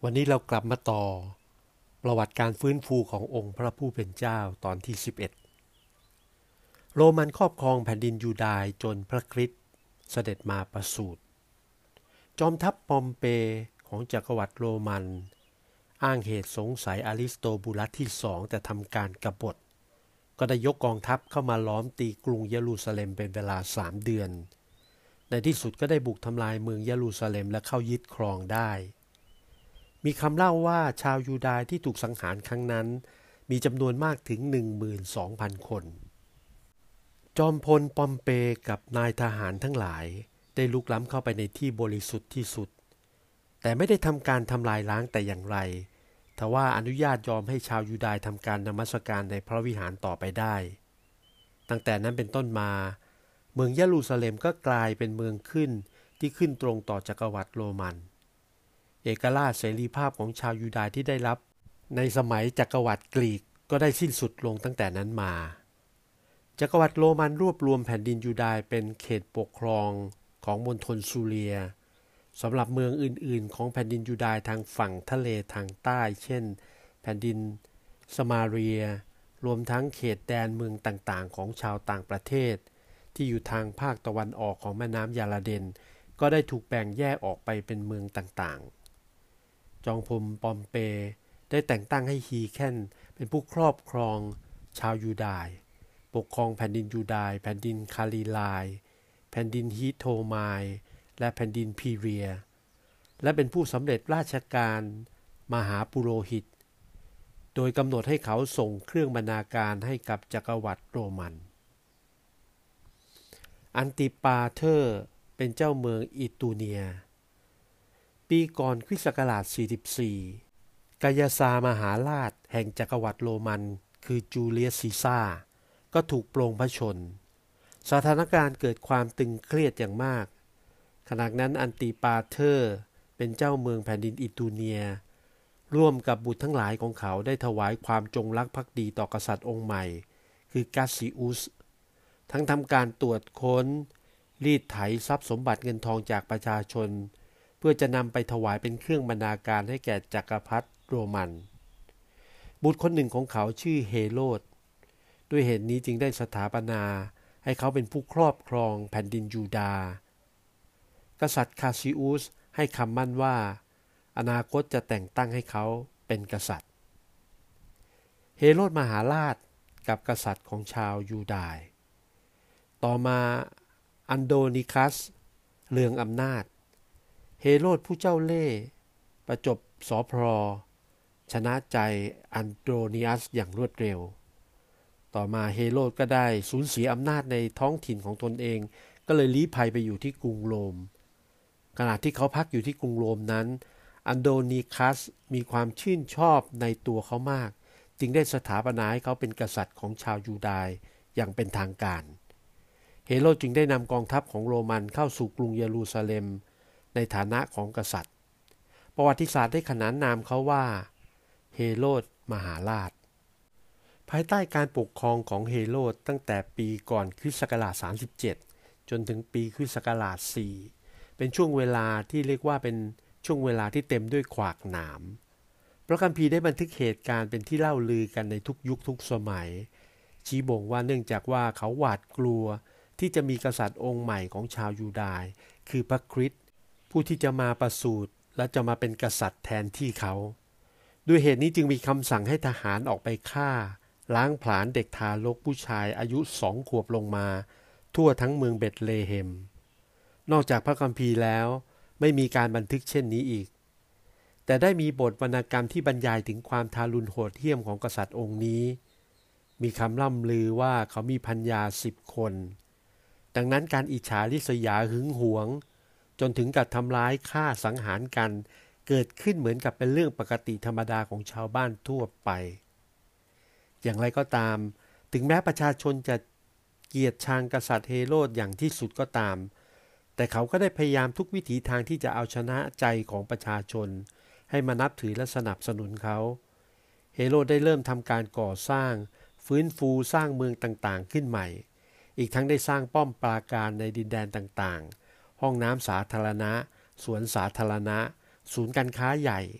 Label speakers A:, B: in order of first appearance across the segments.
A: วันนี้เรากลับมาต่อประวัติการฟื้นฟูขององค์พระผู้เป็นเจ้าตอนที่11โรมันครอบครองแผ่นดินยูดาห์จนพระคริสต์เสด็จมาประสูติจอมทัพปอมเปของจักรวรรดิโรมันอ้างเหตุสงสัยอริสโตบูลัสที่สองแต่ทำการกบฏก็ได้ยกกองทัพเข้ามาล้อมตีกรุงเยรูซาเล็มเป็นเวลา3 เดือนในที่สุดก็ได้บุกทำลายเมืองเยรูซาเล็มและเข้ายึดครองได้มีคำเล่าว่าชาวยูดาห์ที่ถูกสังหารครั้งนั้นมีจำนวนมากถึง 12,000 คนจอมพลปอมเปกับนายทหารทั้งหลายได้ลุกล้ำเข้าไปในที่บริสุทธิ์ที่สุดแต่ไม่ได้ทำการทำลายล้างแต่อย่างไรทว่าอนุญาตยอมให้ชาวยูดาห์ทำการนมัสการในพระวิหารต่อไปได้ตั้งแต่นั้นเป็นต้นมาเมืองเยรูซาเล็มก็กลายเป็นเมืองขึ้นที่ขึ้นตรงต่อจักรวรรดิโรมันเอกราชเสรีภาพของชาวยูดาห์ที่ได้รับในสมัยจักรวรรดิกรีกก็ได้สิ้นสุดลงตั้งแต่นั้นมาจักรวรรดิโรมันรวบรวมแผ่นดินยูดาห์เป็นเขตปกครองของมณฑลซูเลียสำหรับเมืองอื่นๆของแผ่นดินยูดาห์ทางฝั่งทะเลทางใต้เช่นแผ่นดินสมาเรียรวมทั้งเขตแดนเมืองต่างๆของชาวต่างประเทศที่อยู่ทางภาคตะวันออกของแม่น้ำยาลาเดนก็ได้ถูกแบ่งแยกออกไปเป็นเมืองต่างๆจองพลปอมเปได้แต่งตั้งให้ฮีแคนเป็นผู้ครอบครองชาวยูดาห์ปกครองแผ่นดินยูดาห์แผ่นดินคาลิลายแผ่นดินฮิโทไมล์และแผ่นดินพีเรียและเป็นผู้สำเร็จราชการมหาปุโรหิตโดยกำหนดให้เขาส่งเครื่องบรรณาการให้กับจักรวรรดิโรมันอันติปาเทอร์เป็นเจ้าเมืองอิตูเนียปีก่อนคริสต์ศักราช44กายาซามหาราชแห่งจักรวรรดิโรมันคือจูเลียสซีซ่าก็ถูกปลงพระชนสถานการณ์เกิดความตึงเครียดอย่างมากขณะนั้นอันติปาเทอร์เป็นเจ้าเมืองแผ่นดินอิตูเนียร่วมกับบุตรทั้งหลายของเขาได้ถวายความจงรักภักดีต่อกษัตริย์องค์ใหม่คือกัสซิอุสทั้งทำการตรวจค้นรีดไถทรัพย์สมบัติเงินทองจากประชาชนเพื่อจะนำไปถวายเป็นเครื่องบรรณาการให้แก่จักรพรรดิโรมันบุตรคนหนึ่งของเขาชื่อเฮโรดด้วยเหตุนี้จึงได้สถาปนาให้เขาเป็นผู้ครอบครองแผ่นดินยูดาห์กษัตริย์คาซิอุสให้คำมั่นว่าอนาคตจะแต่งตั้งให้เขาเป็นกษัตริย์เฮโรดมหาราชกับกษัตริย์ของชาวยูดาห์ต่อมาอันโดนิคัสเรืองอำนาจเฮโรดผู้เจ้าเล่ห์ประจบสพรชนะใจอันโดนิอัสอย่างรวดเร็วต่อมาเฮโรดก็ได้สูญเสียอำนาจในท้องถิ่นของตนเองก็เลยลี้ภัยไปอยู่ที่กรุงโรมขณะที่เขาพักอยู่ที่กรุงโรมนั้นอันโดนิคัสมีความชื่นชอบในตัวเขามากจึงได้สถาปนาให้เขาเป็นกษัตริย์ของชาวยูดาห์อย่างเป็นทางการเฮโรดจึงได้นำกองทัพของโรมันเข้าสู่กรุงเยรูซาเล็มในฐานะของกษัตริย์ประวัติศาสตร์ได้ขนานนามเขาว่าเฮโรดมหาราชภายใต้การปกครองของเฮโรดตั้งแต่ปีก่อนคริสต์ศักราช37จนถึงปีคริสต์ศักราช4เป็นช่วงเวลาที่เรียกว่าเป็นช่วงเวลาที่เต็มด้วยขวากหนามพระคัมภีร์ได้บันทึกเหตุการณ์เป็นที่เล่าลือกันในทุกยุคทุกสมัยชี้บ่งว่าเนื่องจากว่าเขาหวาดกลัวที่จะมีกษัตริย์องค์ใหม่ของชาวยูดาห์คือพระคริสต์ผู้ที่จะมาประสูติและจะมาเป็นกษัตริย์แทนที่เขาด้วยเหตุนี้จึงมีคำสั่งให้ทหารออกไปฆ่าล้างผลาญเด็กทารกผู้ชายอายุ2 ขวบลงมาทั่วทั้งเมืองเบธเลเฮมนอกจากพระคัมภีร์แล้วไม่มีการบันทึกเช่นนี้อีกแต่ได้มีบทวรรณกรรมที่บรรยายถึงความทารุณโหดเหี้ยมของกษัตริย์องค์นี้มีคำล่ำลือว่าเขามีภรรยา10 คนดังนั้นการอิจฉาริษยาหึงหวงจนถึงกับทำร้ายฆ่าสังหารกันเกิดขึ้นเหมือนกับเป็นเรื่องปกติธรรมดาของชาวบ้านทั่วไปอย่างไรก็ตามถึงแม้ประชาชนจะเกลียดชังกษัตริย์เฮโรดอย่างที่สุดก็ตามแต่เขาก็ได้พยายามทุกวิถีทางที่จะเอาชนะใจของประชาชนให้มานับถือและสนับสนุนเขาเฮโรดได้เริ่มทำการก่อสร้างฟื้นฟูสร้างเมืองต่างๆขึ้นใหม่อีกทั้งได้สร้างป้อมปราการในดินแดนต่างๆห้องน้ำสาธารณะสวนสาธารณะศูนย์การค้าใหญ่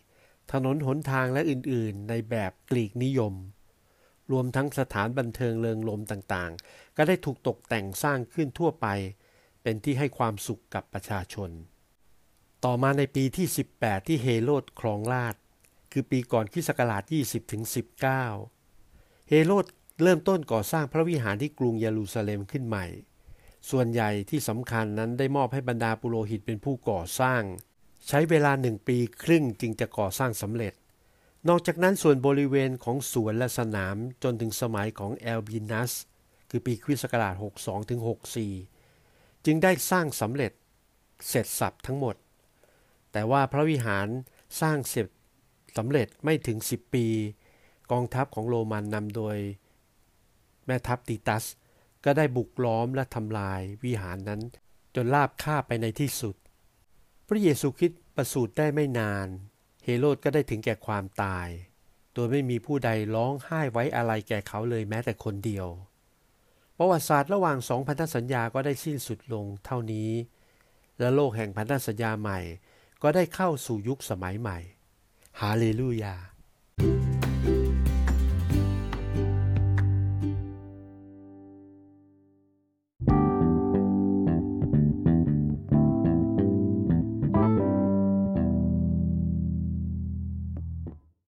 A: ถนนหนทางและอื่นๆในแบบกรีกนิยมรวมทั้งสถานบันเทิงเริงรมย์ต่างๆก็ได้ถูกตกแต่งสร้างขึ้นทั่วไปเป็นที่ให้ความสุขกับประชาชนต่อมาในปีที่18ที่เฮโรดครองราชย์คือปีก่อนคริสต์ศักราช20-19เฮโรดเริ่มต้นก่อสร้างพระวิหารที่กรุงเยรูซาเล็มขึ้นใหม่ส่วนใหญ่ที่สำคัญนั้นได้มอบให้บรรดาปุโรหิตเป็นผู้ก่อสร้างใช้เวลา1 ปีครึ่งจึงจะก่อสร้างสำเร็จนอกจากนั้นส่วนบริเวณของสวนและสนามจนถึงสมัยของแอลบินัสคือปีคริสต์ศักราช62-64จึงได้สร้างสำเร็จเสร็จสรรพทั้งหมดแต่ว่าพระวิหารสร้างเสร็จสำเร็จไม่ถึง10 ปีกองทัพของโรมันนำโดยแม่ทัพติตัสก็ได้บุกล้อมและทำลายวิหารนั้นจนราบคาบไปในที่สุดพระเยซูคริสต์ประสูติได้ไม่นานเฮโรดก็ได้ถึงแก่ความตายโดยไม่มีผู้ใดร้องไห้ไว้อาลัยแก่เขาเลยแม้แต่คนเดียวประวัติศาสตร์ระหว่าง2พันธสัญญาก็ได้สิ้นสุดลงเท่านี้และโลกแห่งพันธสัญญาใหม่ก็ได้เข้าสู่ยุคสมัยใหม่ฮาเลลูยา